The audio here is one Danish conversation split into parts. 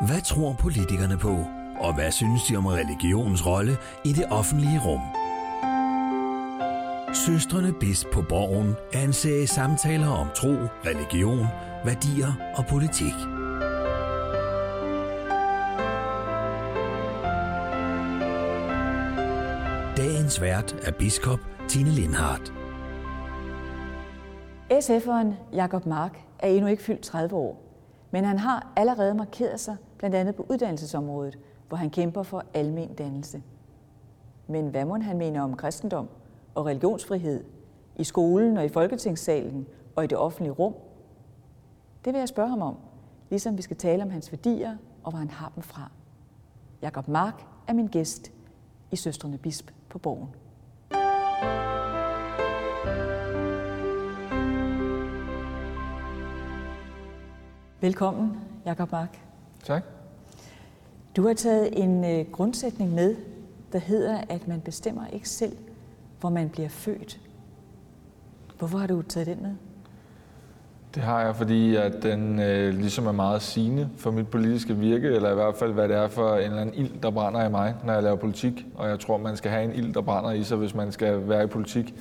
Hvad tror politikerne på? Og hvad synes de om religionens rolle i det offentlige rum? Søstrene Bisp på Borgen er en serie samtaler om tro, religion, værdier og politik. Dagens vært er biskop Tine Lindhardt. SF'eren Jacob Mark er endnu ikke fyldt 30 år, men han har allerede markeret sig, blandt andet på uddannelsesområdet, hvor han kæmper for almen dannelse. Men hvad må han mene om kristendom og religionsfrihed i skolen og i Folketingssalen og i det offentlige rum? Det vil jeg spørge ham om, ligesom vi skal tale om hans værdier og hvor han har dem fra. Jacob Mark er min gæst i Søstrene Bisp på Borgen. Velkommen, Jacob Mark. Tak. Du har taget en grundsætning med, der hedder, at man bestemmer ikke selv, hvor man bliver født. Hvorfor har du taget den med? Det har jeg, fordi at den ligesom er meget sigende for mit politiske virke, eller i hvert fald, hvad det er for en eller anden ild, der brænder i mig, når jeg laver politik. Og jeg tror, man skal have en ild, der brænder i sig, hvis man skal være i politik.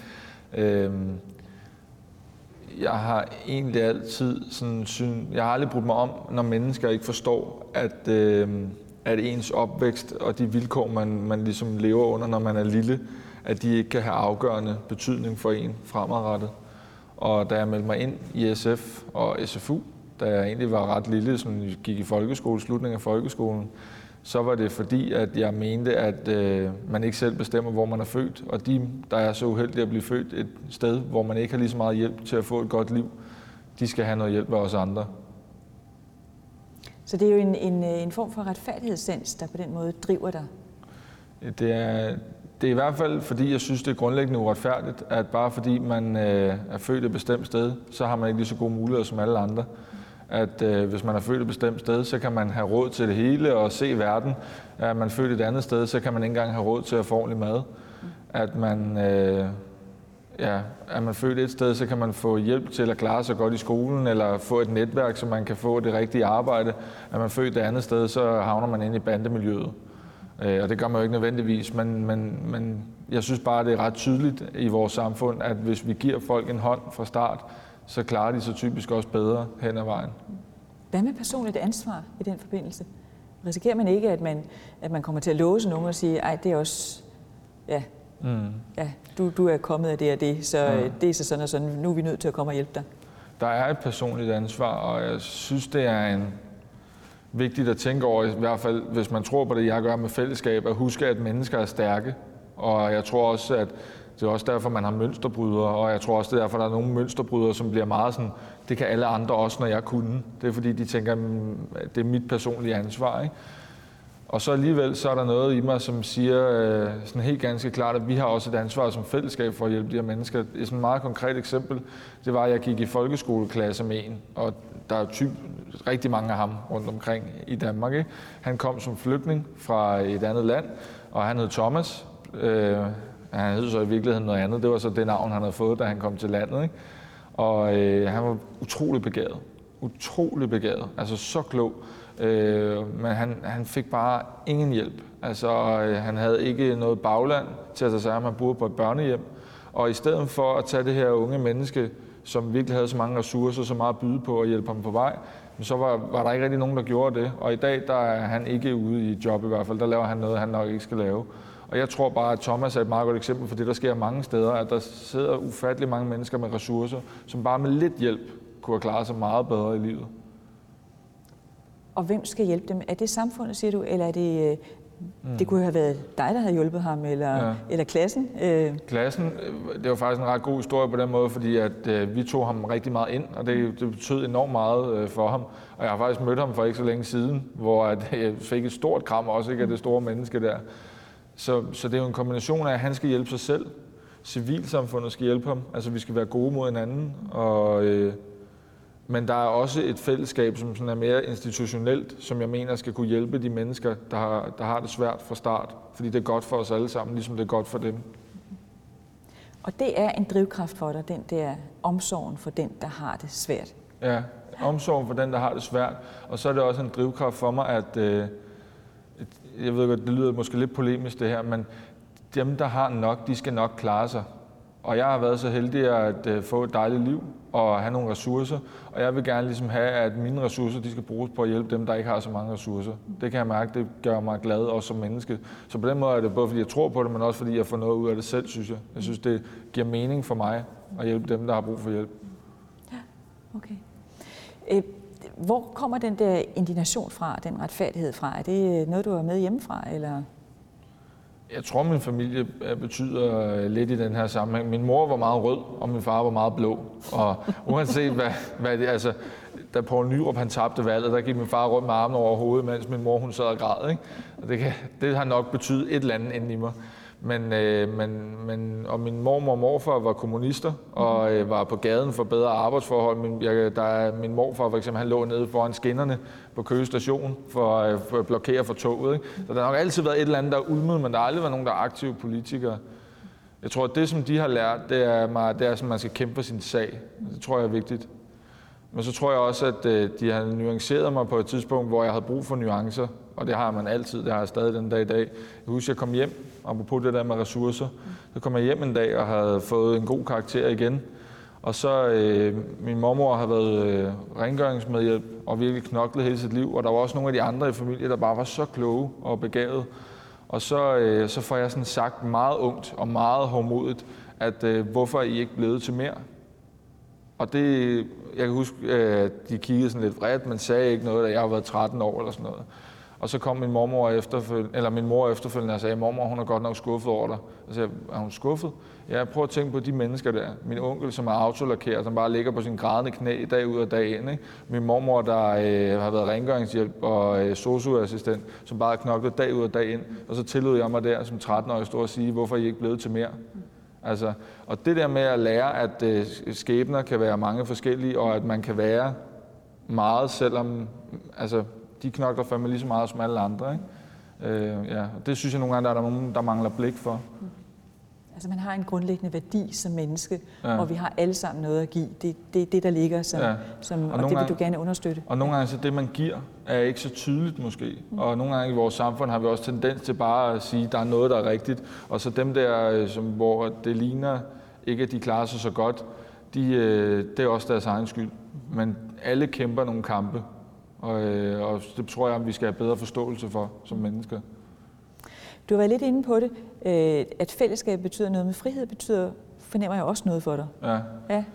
Jeg har egentlig altid jeg har aldrig brudt mig om, når mennesker ikke forstår, at ens opvækst og de vilkår, man ligesom lever under, når man er lille, at de ikke kan have afgørende betydning for en fremadrettet. Og da jeg meldte mig ind i SF og SFU, da jeg egentlig var ret lille, som gik i folkeskole, slutningen af folkeskolen, så var det fordi, at jeg mente, at man ikke selv bestemmer, hvor man er født. Og de, der er så uheldige at blive født et sted, hvor man ikke har lige så meget hjælp til at få et godt liv, de skal have noget hjælp af os andre. Så det er jo en form for retfærdighedssans, der på den måde driver dig? Det er i hvert fald, fordi jeg synes, det er grundlæggende uretfærdigt, at bare fordi man er født et bestemt sted, så har man ikke lige så gode muligheder som alle andre. At hvis man er født et bestemt sted, så kan man have råd til det hele og se verden. Er man født et andet sted, så kan man ikke engang have råd til at få ordentlig mad. At man, er man født et sted, så kan man få hjælp til at klare sig godt i skolen, eller få et netværk, så man kan få det rigtige arbejde. Er man født et andet sted, så havner man inde i bandemiljøet. Og det gør man jo ikke nødvendigvis, men jeg synes bare, det er ret tydeligt i vores samfund, at hvis vi giver folk en hånd fra start, så klarer de sig typisk også bedre hen ad vejen. Hvad med personligt ansvar i den forbindelse? Risikerer man ikke, at man kommer til at låse nogen og sige, ej, det er også, du er kommet af det og det, så det er så sådan og sådan, nu er vi nødt til at komme og hjælpe dig? Der er et personligt ansvar, og jeg synes, det er vigtigt at tænke over, i hvert fald hvis man tror på det, jeg gør med fællesskab, at huske, at mennesker er stærke. Og jeg tror også, at det er også derfor, man har mønsterbrydere, og jeg tror også, det er derfor, der er nogle mønsterbrydere, som bliver meget sådan, det kan alle andre også, når jeg kunne. Det er fordi, de tænker, at det er mit personlige ansvar, ikke? Og så alligevel, så er der noget i mig, som siger sådan helt ganske klart, at vi har også et ansvar som fællesskab for at hjælpe de her mennesker. Et sådan meget konkret eksempel, det var, at jeg gik i folkeskoleklasse med en, og der er rigtig mange af ham rundt omkring i Danmark, ikke? Han kom som flygtning fra et andet land, og han hed Thomas. Han hed så i virkeligheden noget andet. Det var så det navn, han havde fået, da han kom til landet, ikke? Og han var utrolig begavet. Utrolig begavet. Altså så klog. Men han fik bare ingen hjælp. Altså han havde ikke noget bagland til at tage sig af, han boede på et børnehjem. Og i stedet for at tage det her unge menneske, som virkelig havde så mange ressourcer, så meget at byde på at hjælpe ham på vej, så var der ikke rigtig nogen, der gjorde det. Og i dag, der er han ikke ude i job i hvert fald. Der laver han noget, han nok ikke skal lave. Og jeg tror bare, at Thomas er et meget godt eksempel for det, der sker mange steder, at der sidder ufattelig mange mennesker med ressourcer, som bare med lidt hjælp kunne have klaret sig meget bedre i livet. Og hvem skal hjælpe dem? Er det samfundet, siger du, eller er det... Det kunne have været dig, der havde hjulpet ham, eller klassen? Klassen, det var faktisk en ret god historie på den måde, fordi at vi tog ham rigtig meget ind, og det betød enormt meget for ham. Og jeg har faktisk mødt ham for ikke så længe siden, hvor jeg fik et stort kram også, ikke, af det store menneske der. Så det er jo en kombination af, at han skal hjælpe sig selv, civilsamfundet skal hjælpe ham, altså vi skal være gode mod hinanden, men der er også et fællesskab, som sådan er mere institutionelt, som jeg mener skal kunne hjælpe de mennesker, der har det svært fra start. Fordi det er godt for os alle sammen, ligesom det er godt for dem. Og det er en drivkraft for dig, den der omsorgen for den, der har det svært. Ja, omsorg for den, der har det svært. Og så er det også en drivkraft for mig, at jeg ved godt, det lyder måske lidt polemisk det her, men dem, der har nok, de skal nok klare sig. Og jeg har været så heldig at få et dejligt liv og have nogle ressourcer. Og jeg vil gerne ligesom have, at mine ressourcer, de skal bruges på at hjælpe dem, der ikke har så mange ressourcer. Det kan jeg mærke, det gør mig glad også som menneske. Så på den måde er det både fordi jeg tror på det, men også fordi jeg får noget ud af det selv, synes jeg. Jeg synes, det giver mening for mig at hjælpe dem, der har brug for hjælp. Ja, okay. Hvor kommer den der indignation fra, den retfærdighed fra? Er det noget, du har med hjemmefra, eller? Jeg tror, min familie betyder lidt i den her sammenhæng. Min mor var meget rød, og min far var meget blå. Og uanset hvad det altså, da Poul Nyrup han tabte valget, der gik min far rundt med armen over hovedet, mens min mor hun sad og græd. Ikke? Og det har nok betydet et eller andet inden i mig. Og min mormor og morfar var kommunister og var på gaden for bedre arbejdsforhold. Min morfar for eksempel, han lå nede foran skinnerne på Køge Station for at blokere for toget. Ikke? Så der har nok altid været et eller andet, der er ulmet, men der har aldrig været nogen, der er aktive politikere. Jeg tror, at det, som de har lært, det er, at man skal kæmpe for sin sag. Det tror jeg er vigtigt. Men så tror jeg også, at de har nuanceret mig på et tidspunkt, hvor jeg havde brug for nuancer. Og det har man altid, det har jeg stadig den dag i dag. Jeg husker, jeg kom hjem, apropos det der med ressourcer. Så kom jeg hjem en dag og havde fået en god karakter igen. Og så min mormor har været rengøringsmedhjælp og virkelig knoklet hele sit liv. Og der var også nogle af de andre i familien, der bare var så kloge og begavet. Og så får jeg sådan sagt meget ungt og meget hårdmodigt, at hvorfor er I ikke blevet til mere? Og det, jeg kan huske, at de kiggede sådan lidt vredt, men sagde ikke noget, da jeg har været 13 år eller sådan noget. Og så kom min mor efterfølgende og sagde, mormor, hun er godt nok skuffet over dig. Og så sagde jeg, er hun skuffet? Ja, prøv at tænke på de mennesker der. Min onkel, som er autolakeret, som bare ligger på sin grædende knæ dag ud og dag ind. Ikke? Min mormor, der har været rengøringshjælp og sosu-assistent, som bare har knoklet dag ud og dag ind. Og så tillod jeg mig der som 13-årig stå og sige, hvorfor er I ikke blevet til mere? Altså, og det der med at lære, at skæbner kan være mange forskellige, og at man kan være meget, selvom altså, de knokler fandme lige så meget som alle andre. Ikke? Og det synes jeg nogle gange, der er nogen, der mangler blik for. Altså man har en grundlæggende værdi som menneske, og vi har alle sammen noget at give. Det er det, der ligger, og det vil du gerne understøtte. Og nogle gange så det, man giver, er ikke så tydeligt måske. Og nogle gange i vores samfund har vi også tendens til bare at sige, at der er noget, der er rigtigt. Og så dem der, hvor det ligner ikke, at de klarer sig så godt, det er også deres egen skyld. Men alle kæmper nogle kampe, og det tror jeg, vi skal have bedre forståelse for som mennesker. Du har været lidt inde på det, at fællesskab betyder noget, men frihed fornemmer jeg også noget for dig. Ja.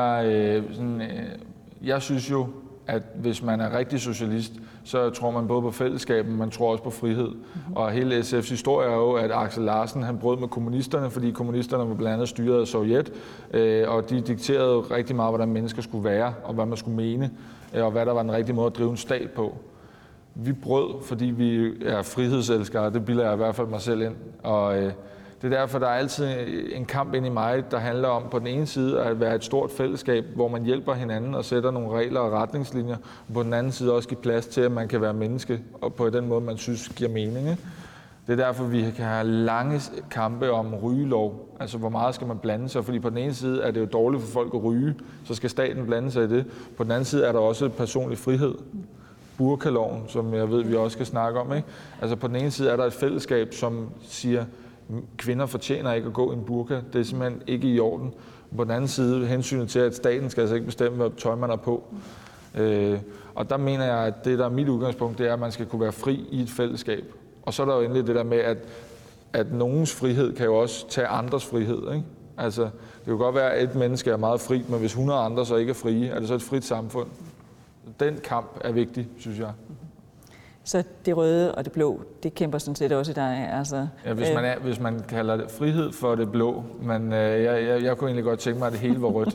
Jeg synes jo, at hvis man er rigtig socialist, så tror man både på fællesskabet, men man tror også på frihed. Og hele SF's historie er jo, at Aksel Larsen han brød med kommunisterne, fordi kommunisterne var blandt andet styret af Sovjet, og de dikterede rigtig meget, hvordan mennesker skulle være, og hvad man skulle mene, og hvad der var den rigtige måde at drive en stat på. Vi brød, fordi vi er frihedselskere, det bilder jeg i hvert fald mig selv ind. Og det er derfor, der er altid en kamp ind i mig, der handler om på den ene side at være et stort fællesskab, hvor man hjælper hinanden og sætter nogle regler og retningslinjer, og på den anden side også give plads til, at man kan være menneske, og på den måde, man synes giver mening. Ikke? Det er derfor, vi kan have lange kampe om rygelov. Altså, hvor meget skal man blande sig? Fordi på den ene side er det jo dårligt for folk at ryge, så skal staten blande sig i det. På den anden side er der også personlig frihed. Burkaloven, som jeg ved, vi også skal snakke om. Ikke? Altså på den ene side er der et fællesskab, som siger, kvinder fortjener ikke at gå i en burka. Det er simpelthen ikke i orden. På den anden side hensynet til, at staten skal altså ikke bestemme, hvad tøj man er på. Og der mener jeg, at det, der er mit udgangspunkt, det er, at man skal kunne være fri i et fællesskab. Og så er der jo endelig det der med, at nogens frihed kan jo også tage andres frihed. Ikke? Altså, det kan godt være, at et menneske er meget fri, men hvis 100 andre så ikke er frie, er det så et frit samfund? Den kamp er vigtig, synes jeg. Så det røde og det blå, det kæmper sådan set også i dig? Altså, ja, hvis man kalder det frihed for det blå, men jeg kunne egentlig godt tænke mig, at det hele var rødt.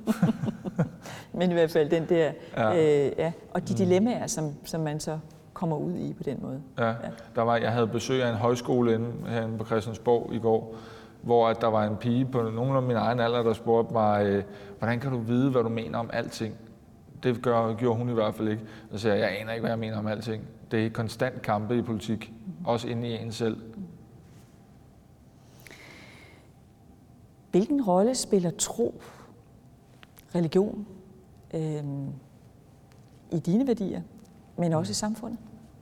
Men i hvert fald den der, og de dilemmaer, som man så kommer ud i på den måde. Ja. Jeg havde besøg af en højskole herinde på Christiansborg i går, hvor der var en pige på nogen af mine egne alder, der spurgte mig, hvordan kan du vide, hvad du mener om alting? Det gjorde hun i hvert fald ikke. Så siger jeg aner ikke, hvad jeg mener om alting. Det er konstant kampe i politik, også inde i en selv. Hvilken rolle spiller tro, religion, i dine værdier, men også i samfundet?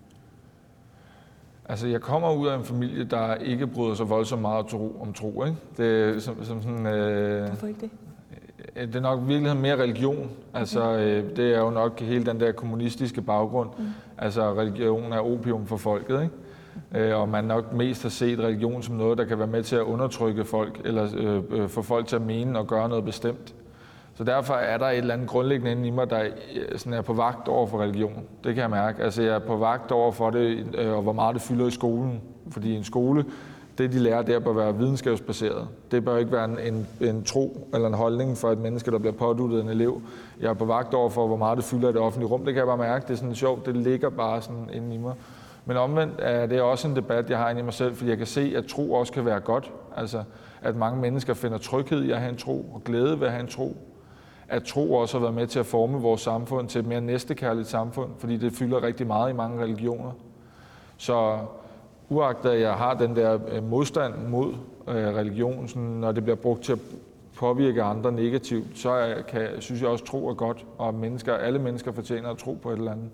Altså, jeg kommer ud af en familie, der ikke bryder sig voldsomt meget om tro, ikke? Det er som sådan... Hvorfor ikke det? Det er nok i virkeligheden mere religion. Altså, det er jo nok hele den der kommunistiske baggrund. Altså, religion er opium for folket, ikke? Og man nok mest har set religion som noget, der kan være med til at undertrykke folk, eller få folk til at mene og gøre noget bestemt. Så derfor er der et eller andet grundlæggende inde i mig, der sådan er på vagt over for religion. Det kan jeg mærke. Altså, jeg er på vagt over for det, og hvor meget det fylder i skolen. Fordi en skole, det de lærer, det bør være videnskabsbaseret. Det bør ikke være en tro eller en holdning for et menneske, der bliver påduttet en elev. Jeg er på vagt over for, hvor meget det fylder i det offentlige rum. Det kan jeg bare mærke. Det er sådan sjovt. Det ligger bare sådan inde i mig. Men omvendt er det også en debat, jeg har inde i mig selv, fordi jeg kan se, at tro også kan være godt. Altså, at mange mennesker finder tryghed i at have en tro, og glæde ved at have en tro. At tro også har været med til at forme vores samfund til et mere næstekærligt samfund, fordi det fylder rigtig meget i mange religioner. Så uagtet at jeg har den der modstand mod religion, sådan, når det bliver brugt til at påvirke andre negativt, så synes jeg også, at tro er godt, og alle mennesker fortjener at tro på et eller andet.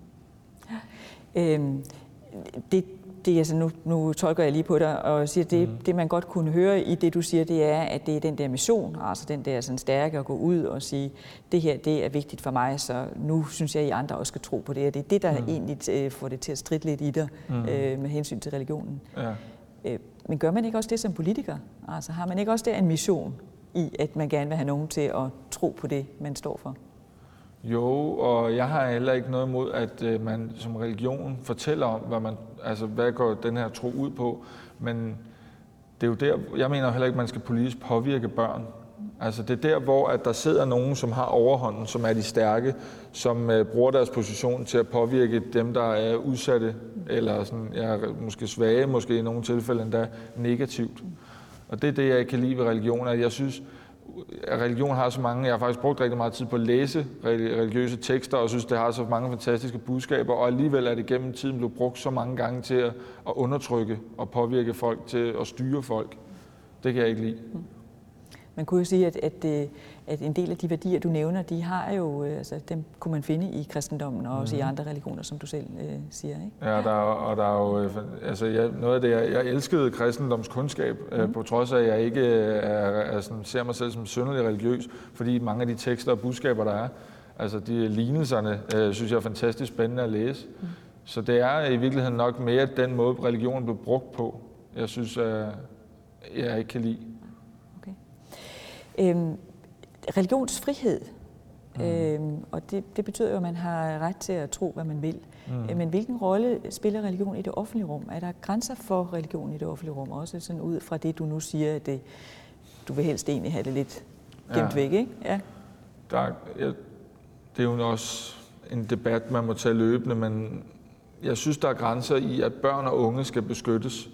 Altså nu tolker jeg lige på dig og siger, at det man godt kunne høre i det, du siger, det er, at det er den der mission, altså den der sådan stærke at gå ud og sige, det her, det er vigtigt for mig, så nu synes jeg, at I andre også skal tro på det, og det er det, der egentlig får det til at stritte lidt i dig med hensyn til religionen. Ja. Men gør man ikke også det som politiker? Altså har man ikke også der en mission i, at man gerne vil have nogen til at tro på det, man står for? Jo, og jeg har heller ikke noget imod, at man som religion fortæller om, hvad går den her tro ud på. Men det er jo der, jeg mener heller ikke, at man skal politisk påvirke børn. Altså det er der, hvor at der sidder nogen, som har overhånden, som er de stærke, som bruger deres position til at påvirke dem, der er udsatte, eller sådan, måske svage, måske i nogle tilfælde endda negativt. Og det er det, jeg ikke kan lide ved religion, at jeg synes, at religion har så mange. Jeg har faktisk brugt rigtig meget tid på at læse religiøse tekster, og synes, det har så mange fantastiske budskaber, og alligevel er det gennem tiden blevet brugt så mange gange til at undertrykke og påvirke folk, til at styre folk. Det kan jeg ikke lide. Man kunne jo sige, at en del af de værdier, du nævner, de har jo, altså dem kunne man finde i kristendommen og også i andre religioner, som du selv siger, ikke? Ja, der er jo, altså noget af det, jeg elskede kristendomskundskab, på trods af, at jeg ikke ser mig selv som synderlig religiøs, fordi mange af de tekster og budskaber, der er, altså de lignelserne, synes jeg er fantastisk spændende at læse. Så det er i virkeligheden nok mere den måde, religionen blev brugt på, jeg synes, jeg ikke kan lide. Religionsfrihed, og det betyder jo, at man har ret til at tro, hvad man vil. Men hvilken rolle spiller religion i det offentlige rum? Er der grænser for religion i det offentlige rum? Også sådan ud fra det, du nu siger, at du vil helst egentlig have det lidt gemt væk, ikke? Ja. Det er jo også en debat, man må tage løbende, men jeg synes, der er grænser i, at børn og unge skal beskyttes.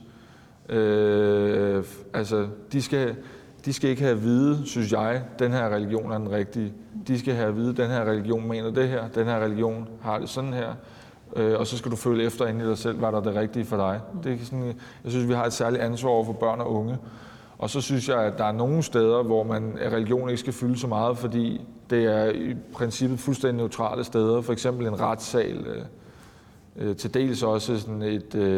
De skal ikke have at vide, synes jeg, den her religion er den rigtige. De skal have at vide, den her religion mener det her, den her religion har det sådan her, og så skal du føle efter inde i dig selv, hvad der er det rigtige for dig. Det er sådan, jeg synes, vi har et særligt ansvar over for børn og unge. Og så synes jeg, at der er nogle steder, hvor religion ikke skal fylde så meget, fordi det er i princippet fuldstændig neutrale steder. For eksempel en retssal, til dels også sådan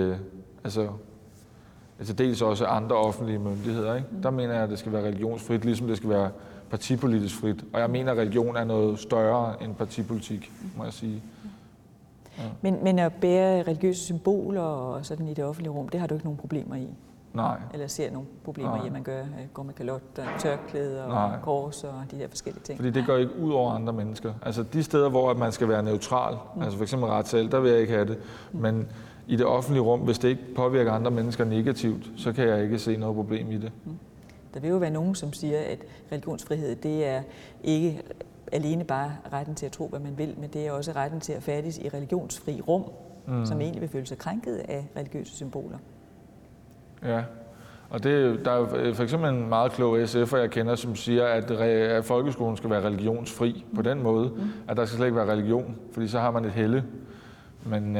til dels også andre offentlige myndigheder. Ikke? Der mener jeg, at det skal være religionsfrit, ligesom det skal være partipolitisk frit. Og jeg mener, at religion er noget større end partipolitik, må jeg sige. Ja. Men at bære religiøse symboler og sådan i det offentlige rum, det har du ikke nogen problemer i? Nej. Eller ser nogle problemer i, at man går med kalotter, tørklæder og kors og de der forskellige ting? Fordi det går ikke ud over andre mennesker. Altså de steder, hvor man skal være neutral, altså f.eks. retssal, der vil jeg ikke have det. Men i det offentlige rum, hvis det ikke påvirker andre mennesker negativt, så kan jeg ikke se noget problem i det. Der vil jo være nogen, som siger, at religionsfrihed, det er ikke alene bare retten til at tro, hvad man vil, men det er også retten til at færdes i religionsfri rum, som egentlig vil føle sig krænket af religiøse symboler. Ja, og der er for eksempel en meget klog SF'er, jeg kender, som siger, at folkeskolen skal være religionsfri på den måde, at der skal slet ikke være religion, fordi så har man et helle. Men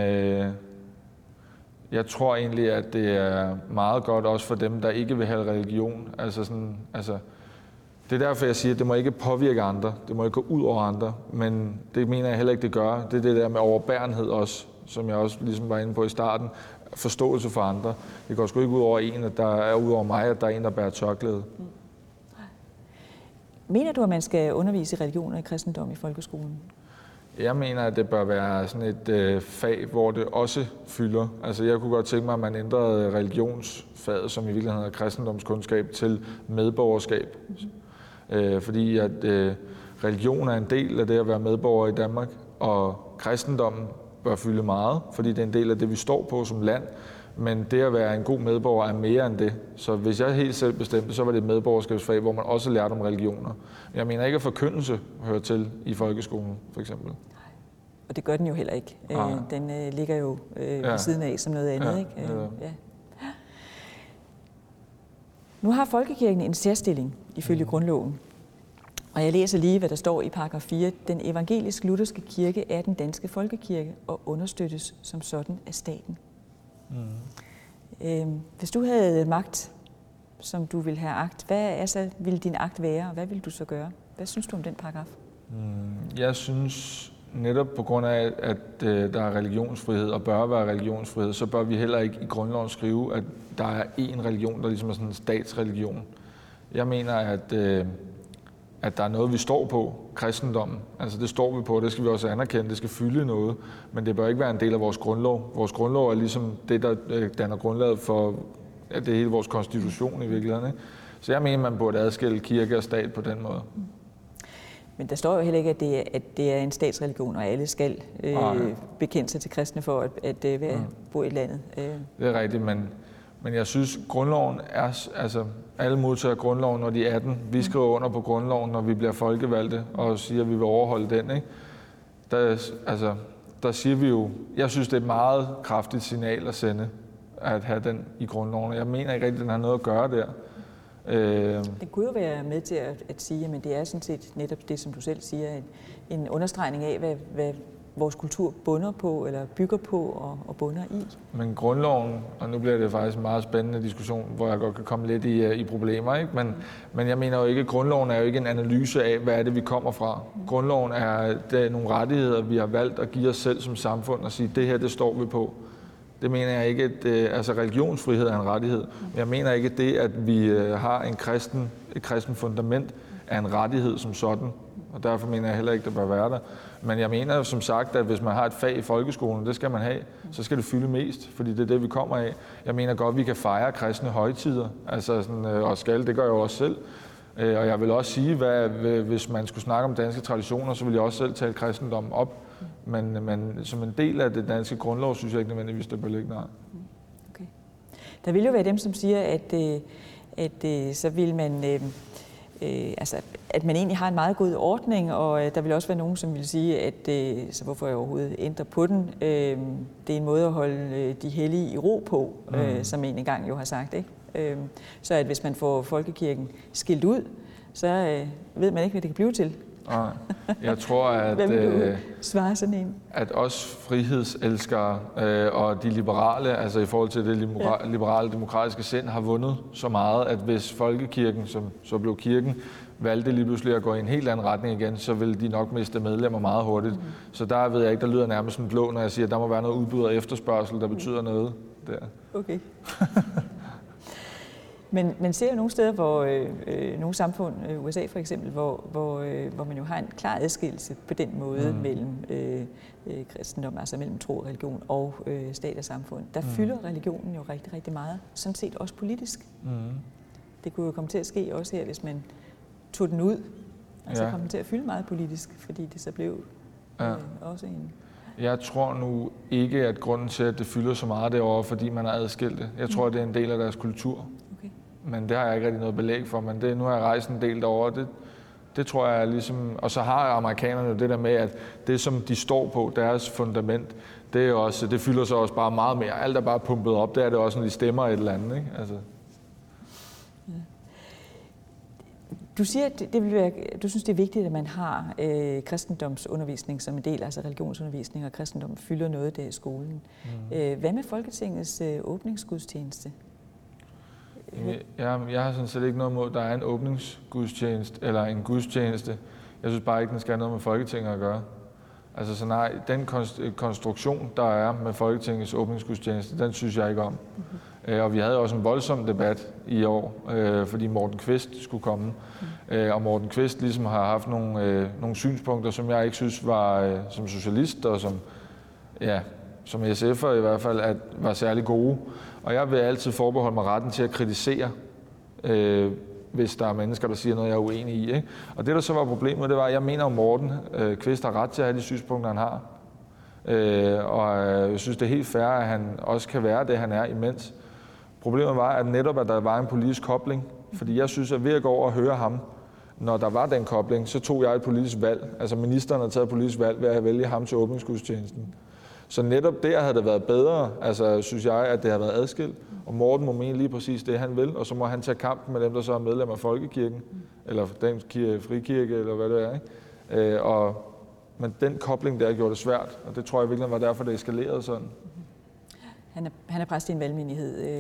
jeg tror egentlig, at det er meget godt også for dem, der ikke vil have religion. Det er derfor, jeg siger, at det må ikke påvirke andre. Det må ikke gå ud over andre. Men det mener jeg heller ikke, det gør. Det er det der med overbærenhed også, som jeg også ligesom var inde på i starten. Forståelse for andre. Det går sgu ikke ud over en, at der er ud over mig, at der er en, der bærer tørklæde. Mener du, at man skal undervise i religion og i kristendom i folkeskolen? Jeg mener, at det bør være sådan et fag, hvor det også fylder. Altså, jeg kunne godt tænke mig, at man ændrede religionsfaget, som i virkeligheden hedder kristendomskundskab, til medborgerskab. Fordi at religion er en del af det at være medborger i Danmark, og kristendommen bør fylde meget, fordi det er en del af det, vi står på som land. Men det at være en god medborger er mere end det. Så hvis jeg helt selv bestemte, så var det et medborgerskabsfag, hvor man også lærte om religioner. Jeg mener ikke, at forkyndelse hører til i folkeskolen, for eksempel. Og det gør den jo heller ikke. Den ligger jo ved siden af som noget andet. Ikke? Ja. Nu har folkekirken en særstilling ifølge grundloven. Og jeg læser lige, hvad der står i paragraf 4. Den evangelisk-lutherske kirke er den danske folkekirke og understøttes som sådan af staten. Hvis du havde magt, som du ville have agt, hvad ville din agt være, og hvad ville du så gøre? Hvad synes du om den paragraf? Jeg synes netop på grund af, at der er religionsfrihed og bør være religionsfrihed, så bør vi heller ikke i grundloven skrive, at der er én religion, der ligesom er sådan en statsreligion. Jeg mener, at der er noget, vi står på, kristendommen. Altså det står vi på, det skal vi også anerkende, det skal fylde noget, men det bør ikke være en del af vores grundlov. Vores grundlov er ligesom det, der danner grundlaget for det hele vores konstitution i virkeligheden. Ikke? Så jeg mener, man burde adskille kirke og stat på den måde. Men der står jo heller ikke, at det er en statsreligion, og alle skal bekende sig til kristne for at bo i landet. Det er rigtigt, men jeg synes, grundloven er, altså alle modtager grundloven, når de er 18. Vi skriver under på grundloven, når vi bliver folkevalgte, og siger, at vi vil overholde den. Ikke? Der siger vi jo, jeg synes, det er et meget kraftigt signal at sende, at have den i grundloven. Jeg mener ikke rigtig, at den har noget at gøre der. Det kunne jo være med til at sige, at det er sådan set netop det, som du selv siger, en understregning af, hvad vores kultur bunder på, eller bygger på og bunder i. Men grundloven, og nu bliver det faktisk en meget spændende diskussion, hvor jeg godt kan komme lidt i problemer, ikke? Men jeg mener jo ikke, at grundloven er jo ikke en analyse af, hvad er det, vi kommer fra. Grundloven er nogle rettigheder, vi har valgt at give os selv som samfund og sige, det her, det står vi på. Det mener jeg ikke, at religionsfrihed er en rettighed. Men jeg mener ikke, at det, at vi har et kristen fundament, er en rettighed som sådan. Og derfor mener jeg heller ikke, det bør være der. Men jeg mener som sagt, at hvis man har et fag i folkeskolen, det skal man have, så skal det fylde mest, fordi det er det, vi kommer af. Jeg mener godt, at vi kan fejre kristne højtider, og det gør jeg jo også selv. Og jeg vil også sige, hvis man skulle snakke om danske traditioner, så vil jeg også selv tale kristendommen op. Men som en del af det danske grundlov, synes jeg ikke nødvendigvis, det bør ligge der. Okay. Der vil jo være dem, som siger, at så vil man... at man egentlig har en meget god ordning, og der vil også være nogen, som vil sige, at så hvorfor jeg overhovedet ændrer på den. Det er en måde at holde de hellige i ro på, som en engang jo har sagt. Ikke? Så at hvis man får folkekirken skilt ud, så ved man ikke, hvad det kan blive til. Jeg tror, at, hvad vil du svare sådan en? At os frihedselskere og de liberale, altså i forhold til det liberale demokratiske sind, har vundet så meget, at hvis folkekirken, som så blev kirken, valgte lige pludselig at gå i en helt anden retning igen, så vil de nok miste medlemmer meget hurtigt. Så der ved jeg ikke, der lyder nærmest som blå, når jeg siger, at der må være noget udbud og efterspørgsel, der betyder noget der. Okay. Men man ser jo nogle steder, hvor nogle samfund, USA for eksempel, hvor man jo har en klar adskillelse på den måde mellem kristendom, altså mellem tro og religion og stat og samfund. Der fylder religionen jo rigtig, rigtig meget, sådan set også politisk. Det kunne jo komme til at ske også her, hvis man tog den ud, og så kom den til at fylde meget politisk, fordi det så blev også en... Jeg tror nu ikke, at grunden til, at det fylder så meget derovre, fordi man er adskilt det. Jeg tror, det er en del af deres kultur. Okay. Men det har jeg ikke rigtig noget belæg for, men nu har jeg rejst en del derovre. Det tror jeg er ligesom... Og så har amerikanerne jo det der med, at det, som de står på, deres fundament, det fylder så også bare meget mere. Alt er bare pumpet op, det er det også, når de stemmer et eller andet, ikke? Altså. Du siger, at du synes, det er vigtigt, at man har kristendomsundervisning som en del, altså religionsundervisning, og kristendom fylder noget der i skolen. Hvad med Folketingets åbningsgudstjeneste? Jeg har sådan set ikke noget imod, at der er en åbningsgudstjeneste eller en gudstjeneste. Jeg synes bare ikke, den skal have noget med Folketinget at gøre. Altså så nej, den konstruktion, der er med Folketingets åbningsgudstjeneste, den synes jeg ikke om. Og vi havde også en voldsom debat i år, fordi Morten Kvist skulle komme. Og Morten Kvist ligesom har haft nogle synspunkter, som jeg ikke synes var som socialist og som SF'er i hvert fald, var særlig gode. Og jeg vil altid forbeholde mig retten til at kritisere, hvis der er mennesker, der siger noget, jeg er uenig i. Ikke? Og det, der så var problemet, det var, at jeg mener, at Morten Kvist har ret til at have de synspunkter, han har. Og jeg synes, det er helt fair, at han også kan være det, han er imens. Problemet var, at netop, at der var en politisk kobling. Fordi jeg synes, at ved at gå over og høre ham, når der var den kobling, så tog jeg et politisk valg. Altså ministeren havde taget et politisk valg ved at vælge ham til åbningsgudstjenesten. Så netop der havde det været bedre, altså synes jeg, at det har været adskilt. Og Morten må mene lige præcis det, han vil, og så må han tage kampen med dem, der så er medlem af Folkekirken, eller den frikirke, eller hvad det er. Ikke? Men den kobling der gjorde det svært, og det tror jeg virkelig var derfor, det eskalerede sådan. Han er præst i en valgmenighed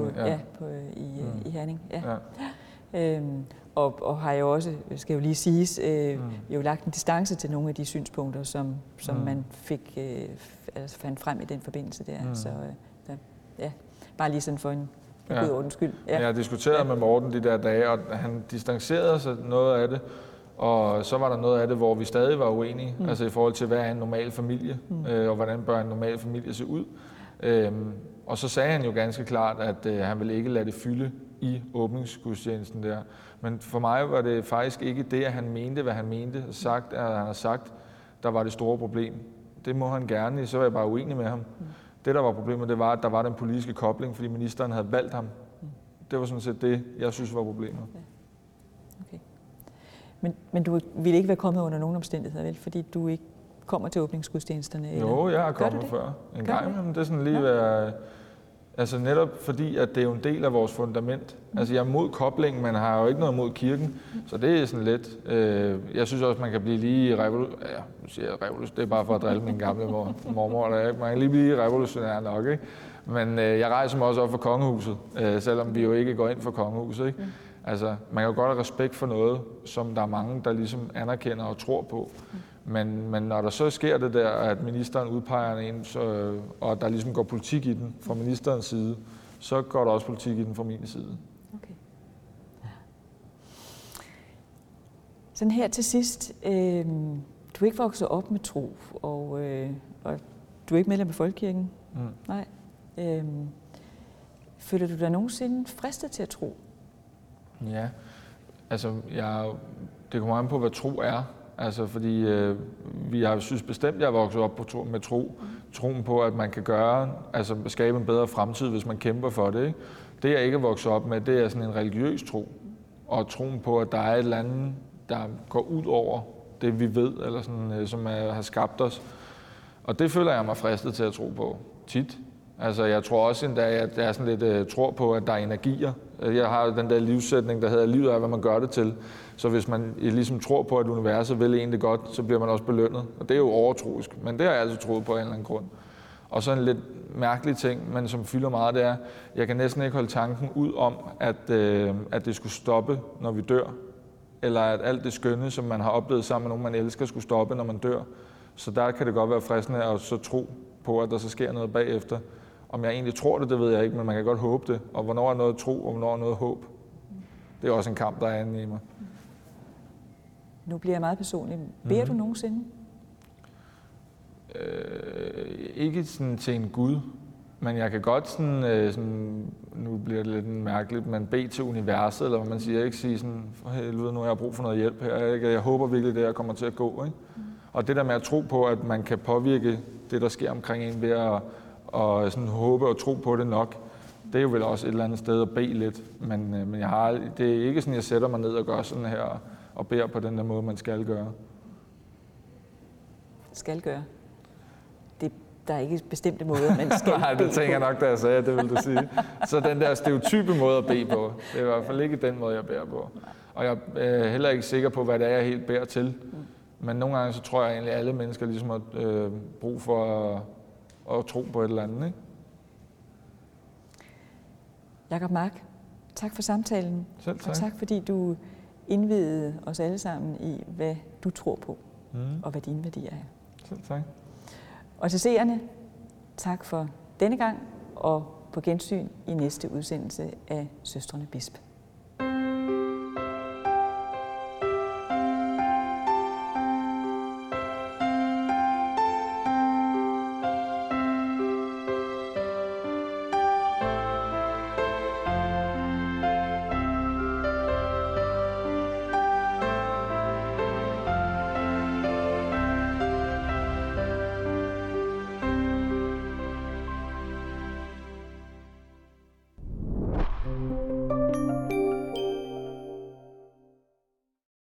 i Herning. Ja. Ja. Og har jo også, skal jo lige siges, jo lagt en distance til nogle af de synspunkter, som man fandt frem i den forbindelse der. Så bare lige sådan for en god ordens skyld. Ja. Jeg diskuterede med Morten de der dage, og han distancerede sig noget af det, og så var der noget af det, hvor vi stadig var uenige, altså i forhold til, hvad er en normal familie, og hvordan bør en normal familie se ud. Og så sagde han jo ganske klart, at han ville ikke lade det fylde i åbningsgudstjenesten der. Men for mig var det faktisk ikke det, at han mente, hvad han mente, at han har sagt, der var det store problem. Det må han gerne, så var jeg bare uenig med ham. Det, der var problemet, det var, at der var den politiske kobling, fordi ministeren havde valgt ham. Det var sådan set det, jeg synes var problemet. Okay. Men du ville ikke være kommet under nogen omstændigheder, vel? Fordi du ikke kommer til åbningsgudstjenesterne? Jo, jeg har kommet før. En gang, men det er sådan lige være... Altså netop fordi, at det er jo en del af vores fundament. Altså jeg er mod koblingen, men har jo ikke noget mod kirken, så det er sådan lidt. Jeg synes også, man kan blive lige det er bare for at drille min gamle mormor, man kan lige blive revolutionær nok, ikke? Men jeg rejser mig også op for kongehuset, selvom vi jo ikke går ind for kongehuset, ikke? Altså man kan jo godt have respekt for noget, som der er mange, der ligesom anerkender og tror på. Men når der så sker det der, at ministeren udpeger en, og der ligesom går politik i den fra ministerens side, så går der også politik i den fra min side. Okay. Sådan her til sidst. Du er ikke vokset op med tro, og du er ikke medlem af Folkekirken. Nej. Føler du dig nogensinde fristet til at tro? Ja, altså det kommer an på, hvad tro er. Altså fordi vi har synes bestemt, at jeg er vokset op med troen på, at man kan skabe en bedre fremtid, hvis man kæmper for det. Ikke? Det jeg ikke er vokset op med, det er sådan en religiøs tro. Og troen på, at der er et eller andet, der går ud over det, vi ved, eller sådan, som har skabt os. Og det føler jeg mig fristet til at tro på tit. Altså jeg tror også endda, at jeg er sådan lidt tror på, at der er energier. Jeg har den der livssætning, der hedder, livet er, hvad man gør det til. Så hvis man ligesom tror på, at universet vil egentlig godt, så bliver man også belønnet. Og det er jo overtroisk, men det har jeg altid troet på af en eller anden grund. Og så en lidt mærkelig ting, men som fylder meget, det er, jeg kan næsten ikke holde tanken ud om, at det skulle stoppe, når vi dør. Eller at alt det skønne, som man har oplevet sammen med nogen, man elsker, skulle stoppe, når man dør. Så der kan det godt være fristende at så tro på, at der så sker noget bagefter. Om jeg egentlig tror det, det ved jeg ikke, men man kan godt håbe det. Og hvornår er noget tro, og hvornår er noget håb? Det er også en kamp, der er inde i mig. Nu bliver jeg meget personlig. Beder du nogensinde? Ikke sådan til en Gud, men jeg kan godt sådan, nu bliver det lidt mærkeligt, men bede til universet, eller hvad man siger, ikke sige sådan, for helvede, nu har jeg brug for noget hjælp her, ikke? Jeg håber virkelig, det her kommer til at gå, ikke? Og det der med at tro på, at man kan påvirke det, der sker omkring en, ved at sådan håbe og tro på det nok, det er jo vel også et eller andet sted at bede lidt, men det er ikke sådan, jeg sætter mig ned og gør sådan her, og beder på den der måde, man skal gøre. Skal gøre? Der er ikke bestemte måder, man skal Nej, det tænker jeg nok, da jeg sagde, det vil du sige. Så den der stereotype måde at bede på, det er i hvert fald ikke den måde, jeg beder på. Og jeg er heller ikke sikker på, hvad det er, jeg helt beder til. Men nogle gange, så tror jeg egentlig, at alle mennesker ligesom har brug for at tro på et eller andet, ikke? Jacob Mark, Tak for samtalen. Selv tak. Og tak fordi du indvidede os alle sammen i, hvad du tror på, og hvad dine værdier er. Selv tak. Og til seerne, tak for denne gang, og på gensyn i næste udsendelse af Søstrene Bisp.